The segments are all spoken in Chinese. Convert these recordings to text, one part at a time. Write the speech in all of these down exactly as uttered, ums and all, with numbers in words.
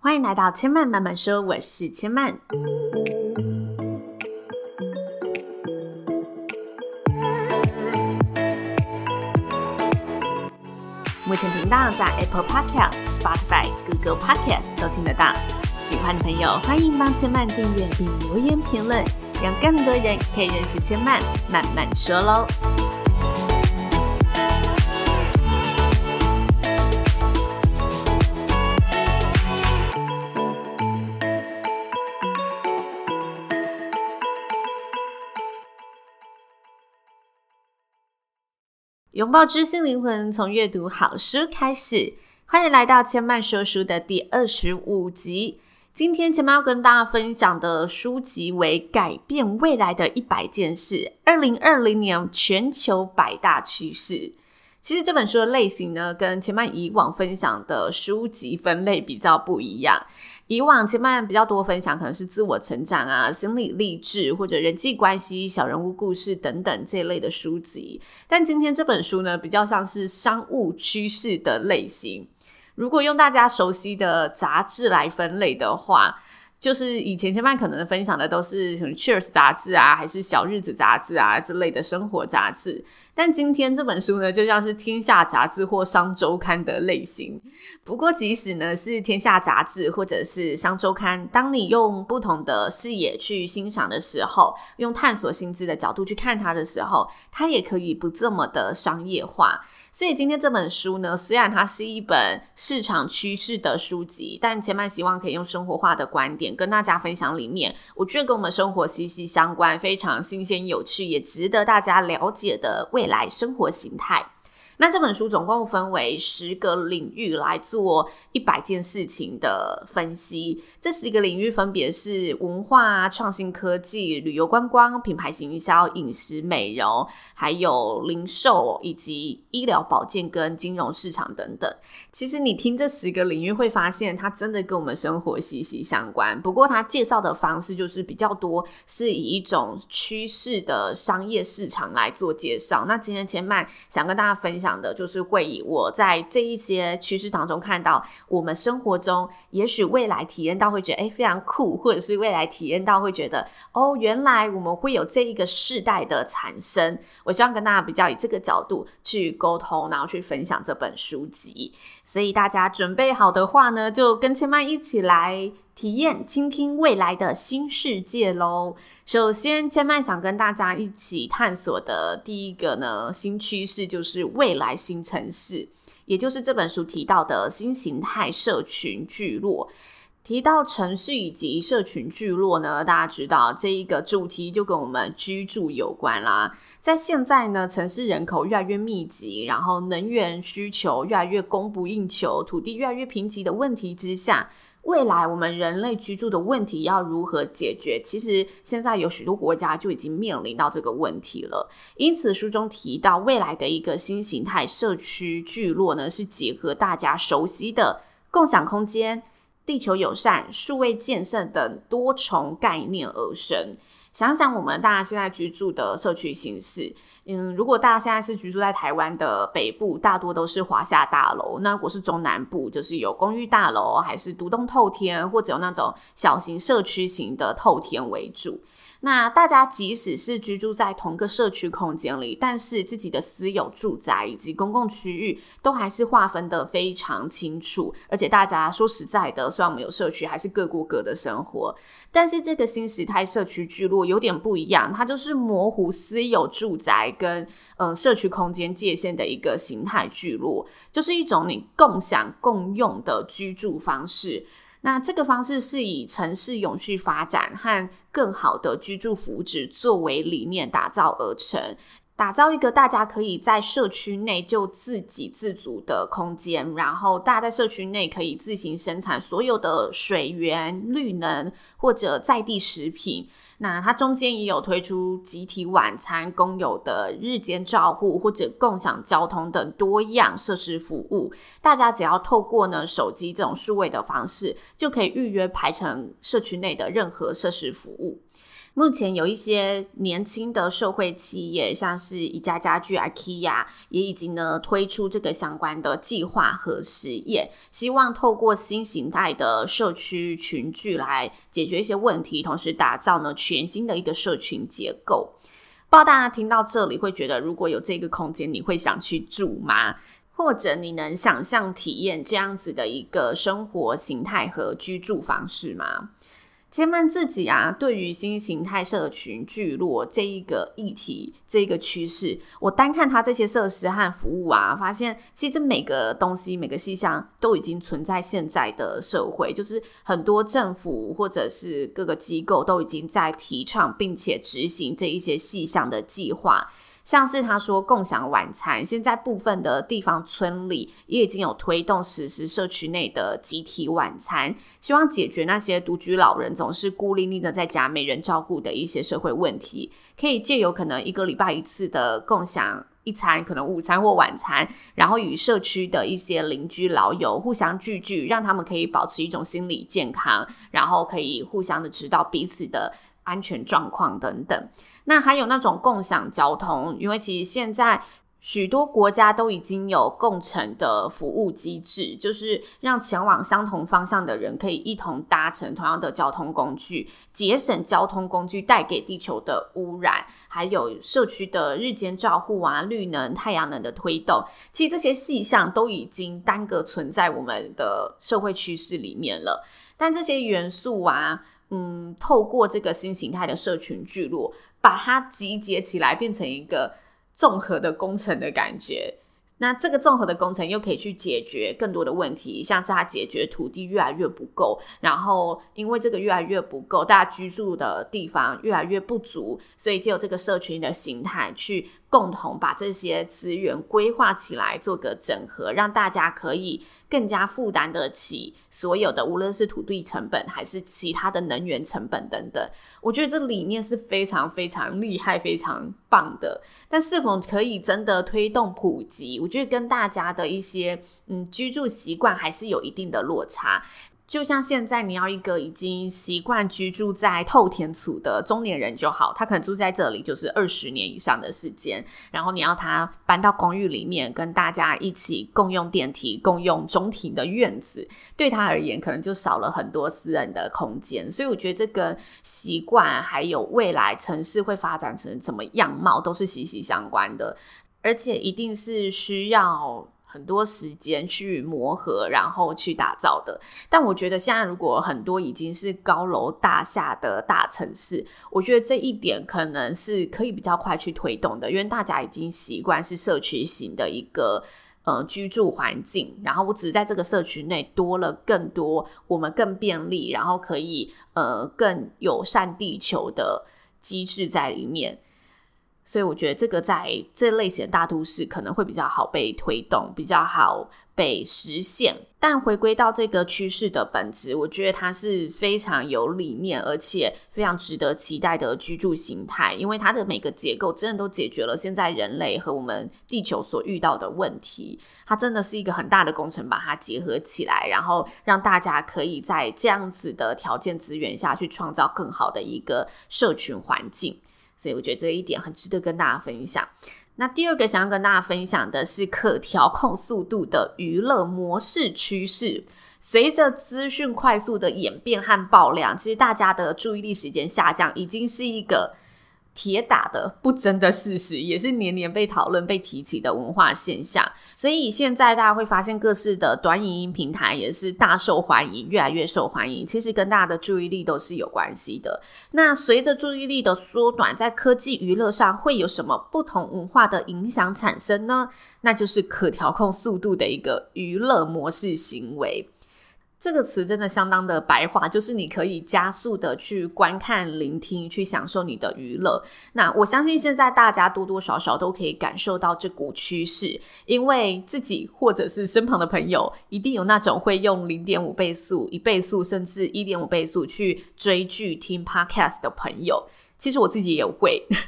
欢迎来到千曼慢慢说，我是千曼。目前频道在 Apple Podcast、Spotify、Google Podcast 都听得到。喜欢的朋友欢迎帮千曼订阅并留言评论，让更多人可以认识千曼慢慢说咯。拥抱知性灵魂，从阅读好书开始。欢迎来到千曼说书的第二十五集。今天千曼要跟大家分享的书籍为改变未来的一百件事，二零二零年全球百大趋势。其实这本书的类型呢，跟千曼以往分享的书籍分类比较不一样。以往千曼比较多分享可能是自我成长啊、心理励志或者人际关系、小人物故事等等这一类的书籍，但今天这本书呢，比较像是商务趋势的类型。如果用大家熟悉的杂志来分类的话，就是以前千曼可能分享的都是什么 Cheers 杂志啊，还是小日子杂志啊之类的生活杂志，但今天这本书呢，就像是天下杂志或商周刊的类型。不过即使呢是天下杂志或者是商周刊，当你用不同的视野去欣赏的时候，用探索新知的角度去看它的时候，它也可以不这么的商业化。所以今天这本书呢，虽然它是一本市场趋势的书籍，但千曼希望可以用生活化的观点跟大家分享里面我觉得跟我们生活息息相关，非常新鲜有趣，也值得大家了解的未来生活形态。那这本书总共分为十个领域来做一百件事情的分析，这十个领域分别是文化、创新科技、旅游观光、品牌行销、饮食美容，还有零售以及医疗保健跟金融市场等等。其实你听这十个领域会发现它真的跟我们生活息息相关，不过它介绍的方式就是比较多是以一种趋势的商业市场来做介绍。那今天千曼想跟大家分享讲的就是会以我在这一些趋势当中看到我们生活中也许未来体验到会觉得诶非常酷，或者是未来体验到会觉得哦原来我们会有这一个世代的产生。我希望跟大家比较以这个角度去沟通，然后去分享这本书籍。所以大家准备好的话呢，就跟千曼一起来体验倾听未来的新世界咯。首先千曼想跟大家一起探索的第一个呢新趋势就是未来新城市，也就是这本书提到的新形态社群聚落。提到城市以及社群聚落呢，大家知道这一个主题就跟我们居住有关啦。在现在呢，城市人口越来越密集，然后能源需求越来越供不应求，土地越来越贫瘠的问题之下，未来我们人类居住的问题要如何解决，其实现在有许多国家就已经面临到这个问题了。因此书中提到未来的一个新形态社区聚落呢，是结合大家熟悉的共享空间、地球友善、数位建设等多重概念而生。想想我们大家现在居住的社区形式，嗯，如果大家现在是居住在台湾的北部，大多都是华夏大楼，那如果是中南部就是有公寓大楼，还是独栋透天，或者有那种小型社区型的透天为主。那大家即使是居住在同个社区空间里，但是自己的私有住宅以及公共区域都还是划分得非常清楚，而且大家说实在的，虽然我们有社区，还是各过各的生活。但是这个新时态社区聚落有点不一样，它就是模糊私有住宅跟、呃、社区空间界限的一个形态聚落，就是一种你共享共用的居住方式。那这个方式是以城市永续发展和更好的居住福祉作为理念打造而成，打造一个大家可以在社区内就自给自足的空间，然后大家在社区内可以自行生产所有的水源、绿能或者在地食品。那它中间也有推出集体晚餐、公有的日间照护或者共享交通等多样设施服务，大家只要透过呢手机这种数位的方式，就可以预约排成社区内的任何设施服务。 目前有一些年轻的社会企业，像是宜家家居 IKEA 也已经呢推出这个相关的计划和实验，希望透过新形态的社区群聚来解决一些问题，同时打造呢全新的一个社群结构。不知道大家听到这里会觉得，如果有这个空间，你会想去住吗？或者你能想象体验这样子的一个生活形态和居住方式吗？千曼自己啊，对于新形态社群聚落这一个议题，这一个趋势，我单看它这些设施和服务啊，发现其实每个东西每个细项都已经存在现在的社会，就是很多政府或者是各个机构都已经在提倡并且执行这一些细项的计划。像是他说共享晚餐，现在部分的地方村里也已经有推动实施社区内的集体晚餐，希望解决那些独居老人总是孤零零的在家没人照顾的一些社会问题，可以借由可能一个礼拜一次的共享一餐，可能午餐或晚餐，然后与社区的一些邻居老友互相聚聚，让他们可以保持一种心理健康，然后可以互相的知道彼此的安全状况等等。那还有那种共享交通，因为其实现在许多国家都已经有共乘的服务机制，就是让前往相同方向的人可以一同搭乘同样的交通工具，节省交通工具带给地球的污染，还有社区的日间照护啊、绿能、太阳能的推动，其实这些细项都已经单个存在我们的社会趋势里面了。但这些元素啊，嗯，透过这个新形态的社群聚落，把它集结起来变成一个综合的工程的感觉。那这个综合的工程又可以去解决更多的问题，像是它解决土地越来越不够，然后因为这个越来越不够，大家居住的地方越来越不足，所以就有这个社群的形态去共同把这些资源规划起来，做个整合，让大家可以更加负担得起所有的无论是土地成本还是其他的能源成本等等。我觉得这理念是非常非常厉害非常棒的，但是否可以真的推动普及，我觉得跟大家的一些嗯居住习惯还是有一定的落差。就像现在你要一个已经习惯居住在透天厝的中年人就好，他可能住在这里就是二十年以上的时间，然后你要他搬到公寓里面跟大家一起共用电梯、共用中庭的院子，对他而言可能就少了很多私人的空间。所以我觉得这个习惯还有未来城市会发展成怎么样貌都是息息相关的，而且一定是需要很多时间去磨合然后去打造的。但我觉得现在如果很多已经是高楼大厦的大城市，我觉得这一点可能是可以比较快去推动的，因为大家已经习惯是社区型的一个呃居住环境，然后我只是在这个社区内多了更多我们更便利然后可以呃更友善地球的机制在里面。所以我觉得这个在这类型的大都市可能会比较好被推动，比较好被实现。但回归到这个趋势的本质，我觉得它是非常有理念而且非常值得期待的居住形态，因为它的每个结构真的都解决了现在人类和我们地球所遇到的问题。它真的是一个很大的工程，把它结合起来，然后让大家可以在这样子的条件资源下去创造更好的一个社群环境。所以我觉得这一点很值得跟大家分享。那第二个想要跟大家分享的是可调控速度的娱乐模式趋势。随着资讯快速的演变和爆量，其实大家的注意力时间下降已经是一个铁打的不争的事实，也是年年被讨论被提起的文化现象。所以现在大家会发现各式的短影音平台也是大受欢迎，越来越受欢迎，其实跟大家的注意力都是有关系的。那随着注意力的缩短，在科技娱乐上会有什么不同文化的影响产生呢？那就是可调控速度的一个娱乐模式行为。这个词真的相当的白话，就是你可以加速的去观看、聆听、去享受你的娱乐。那我相信现在大家多多少少都可以感受到这股趋势，因为自己或者是身旁的朋友一定有那种会用 零点五 倍速、一倍速甚至 一点五 倍速去追剧、听 podcast 的朋友。其实我自己也会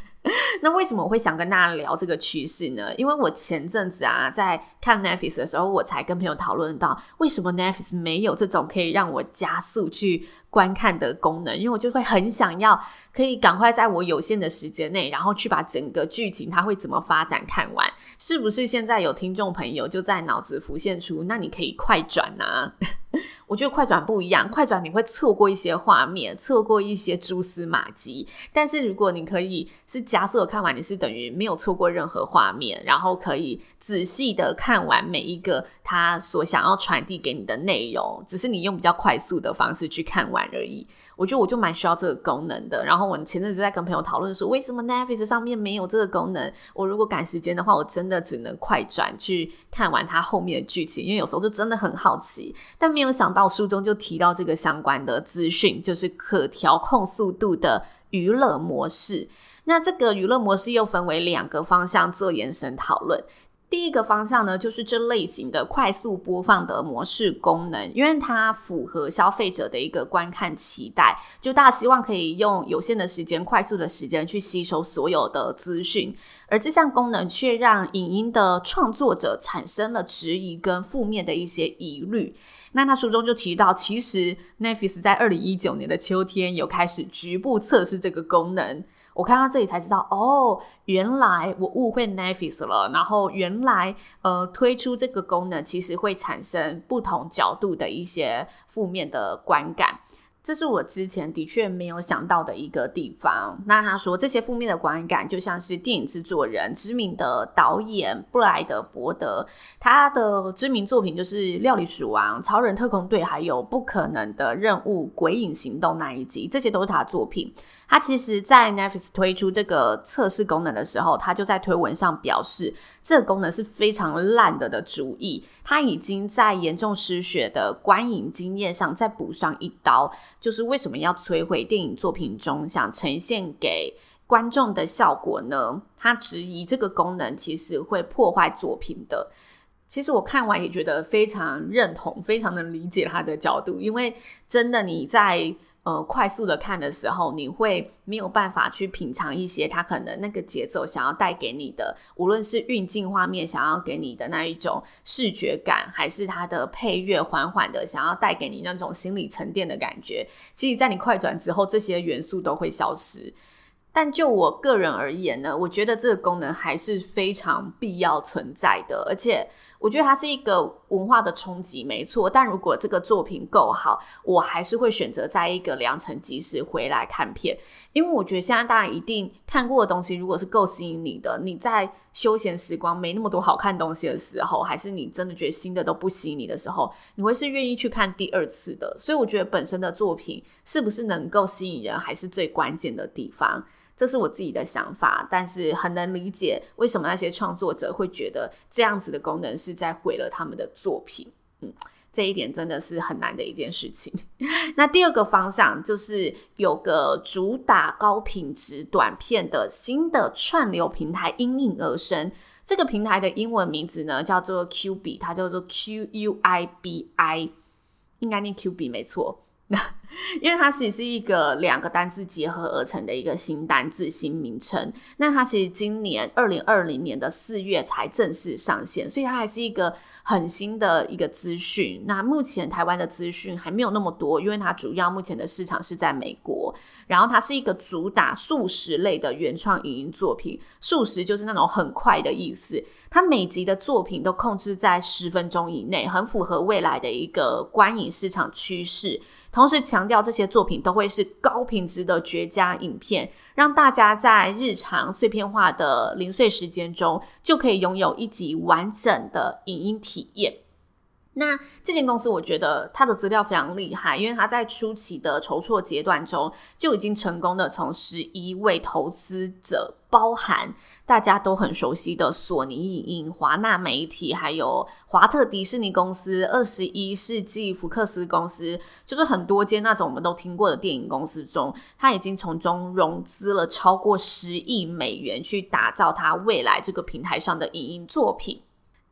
那为什么我会想跟大家聊这个趋势呢？因为我前阵子啊在看 Netflix 的时候，我才跟朋友讨论到为什么 Netflix 没有这种可以让我加速去观看的功能，因为我就会很想要可以赶快在我有限的时间内，然后去把整个剧情它会怎么发展看完。是不是现在有听众朋友就在脑子浮现出那你可以快转啊？我觉得快转不一样，快转你会错过一些画面，错过一些蛛丝马迹，但是如果你可以是加速的看完，你是等于没有错过任何画面，然后可以仔细的看完每一个他所想要传递给你的内容，只是你用比较快速的方式去看完而已。我觉得我就蛮需要这个功能的，然后我前阵子在跟朋友讨论说为什么 Netflix 上面没有这个功能，我如果赶时间的话我真的只能快转去看完它后面的剧情，因为有时候就真的很好奇，但没有想到书中就提到这个相关的资讯，就是可调控速度的娱乐模式。那这个娱乐模式又分为两个方向做延伸讨论。第一个方向呢，就是这类型的快速播放的模式功能，因为它符合消费者的一个观看期待，就大家希望可以用有限的时间快速的时间去吸收所有的资讯，而这项功能却让影音的创作者产生了质疑跟负面的一些疑虑。那他书中就提到，其实 Netflix 在二零一九年的秋天有开始局部测试这个功能。我看到这里才知道，哦，原来我误会 Netflix 了，然后原来呃推出这个功能其实会产生不同角度的一些负面的观感。这是我之前的确没有想到的一个地方。那他说这些负面的观感就像是电影制作人知名的导演布莱德伯德，他的知名作品就是料理鼠王、超人特工队还有不可能的任务、鬼影行动那一集，这些都是他的作品。他其实在 Netflix 推出这个测试功能的时候，他就在推文上表示这个功能是非常烂的的主意，他已经在严重失血的观影经验上再补上一刀，就是为什么要摧毁电影作品中想呈现给观众的效果呢？他质疑这个功能其实会破坏作品的。其实我看完也觉得非常认同，非常能理解他的角度，因为真的你在呃，快速的看的时候，你会没有办法去品尝一些他可能那个节奏想要带给你的，无论是运镜画面想要给你的那一种视觉感，还是他的配乐缓缓的想要带给你那种心理沉淀的感觉，其实在你快转之后这些元素都会消失。但就我个人而言呢，我觉得这个功能还是非常必要存在的，而且我觉得它是一个文化的冲击没错，但如果这个作品够好，我还是会选择在一个良辰吉时回来看片。因为我觉得现在大家一定看过的东西如果是够吸引你的，你在休闲时光没那么多好看东西的时候，还是你真的觉得新的都不吸引你的时候，你会是愿意去看第二次的。所以我觉得本身的作品是不是能够吸引人还是最关键的地方，这是我自己的想法，但是很能理解为什么那些创作者会觉得这样子的功能是在毁了他们的作品。嗯，这一点真的是很难的一件事情。那第二个方向就是有个主打高品质短片的新的串流平台因应而生，这个平台的英文名字呢叫做 Quibi， 它叫做 Q U I B I， 应该念 Quibi 没错。因为它其实是一个两个单字结合而成的一个新单字新名称，那它其实今年二零二零年的四月才正式上线，所以它还是一个很新的一个资讯。那目前台湾的资讯还没有那么多，因为它主要目前的市场是在美国，然后它是一个主打速食类的原创影音作品，速食就是那种很快的意思，它每集的作品都控制在十分钟以内，很符合未来的一个观影市场趋势，同时强调这些作品都会是高品质的绝佳影片，让大家在日常碎片化的零碎时间中就可以拥有一集完整的影音体验。那这间公司我觉得它的资料非常厉害，因为它在初期的筹措阶段中就已经成功的从十一位投资者，包含大家都很熟悉的索尼影音、华纳媒体，还有华特迪士尼公司、二十一世纪福克斯公司，就是很多间那种我们都听过的电影公司中，它已经从中融资了超过十亿美元去打造它未来这个平台上的影音作品。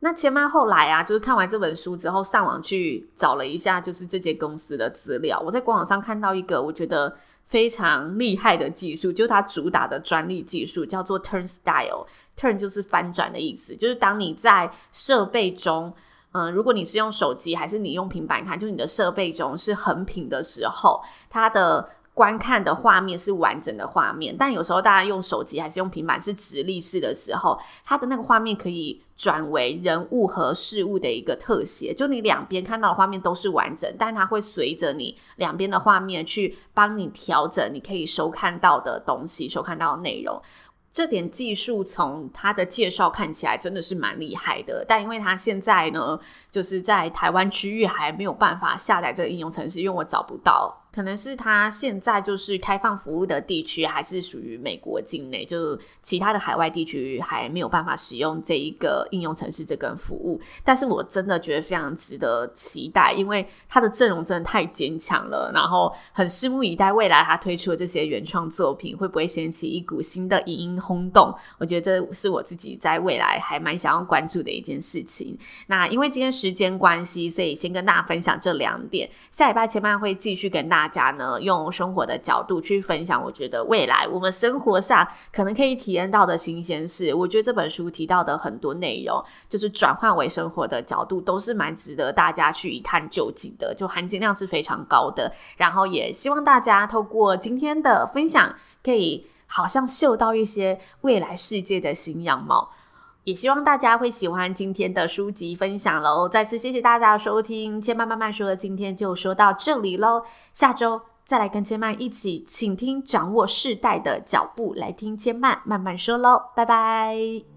那千曼后来啊，就是看完这本书之后，上网去找了一下，就是这间公司的资料。我在官网上看到一个我觉得非常厉害的技术，就是它主打的专利技术，叫做 Turnstile。Turn 就是翻转的意思，就是当你在设备中，嗯，如果你是用手机还是你用平板看，就是你的设备中是横屏的时候，它的观看的画面是完整的画面，但有时候大家用手机还是用平板是直立式的时候，它的那个画面可以转为人物和事物的一个特写，就你两边看到的画面都是完整，但它会随着你两边的画面去帮你调整你可以收看到的东西，收看到的内容。这点技术从他的介绍看起来真的是蛮厉害的，但因为他现在呢就是在台湾区域还没有办法下载这个应用程式，因为我找不到，可能是他现在就是开放服务的地区还是属于美国境内，就其他的海外地区还没有办法使用这一个应用程式这个服务。但是我真的觉得非常值得期待，因为他的阵容真的太坚强了，然后很拭目以待未来他推出的这些原创作品会不会掀起一股新的影音轰动，我觉得这是我自己在未来还蛮想要关注的一件事情。那因为今天时间关系，所以先跟大家分享这两点，下礼拜千曼会继续跟大家呢用生活的角度去分享我觉得未来我们生活上可能可以体验到的新鲜事。我觉得这本书提到的很多内容就是转换为生活的角度都是蛮值得大家去一探究竟的，就含金量是非常高的，然后也希望大家透过今天的分享可以好像嗅到一些未来世界的新样貌，也希望大家会喜欢今天的书籍分享咯。再次谢谢大家的收听，千曼慢慢说今天就说到这里咯，下周再来跟千曼一起倾听掌握世代的脚步，来听千曼慢慢说咯，拜拜。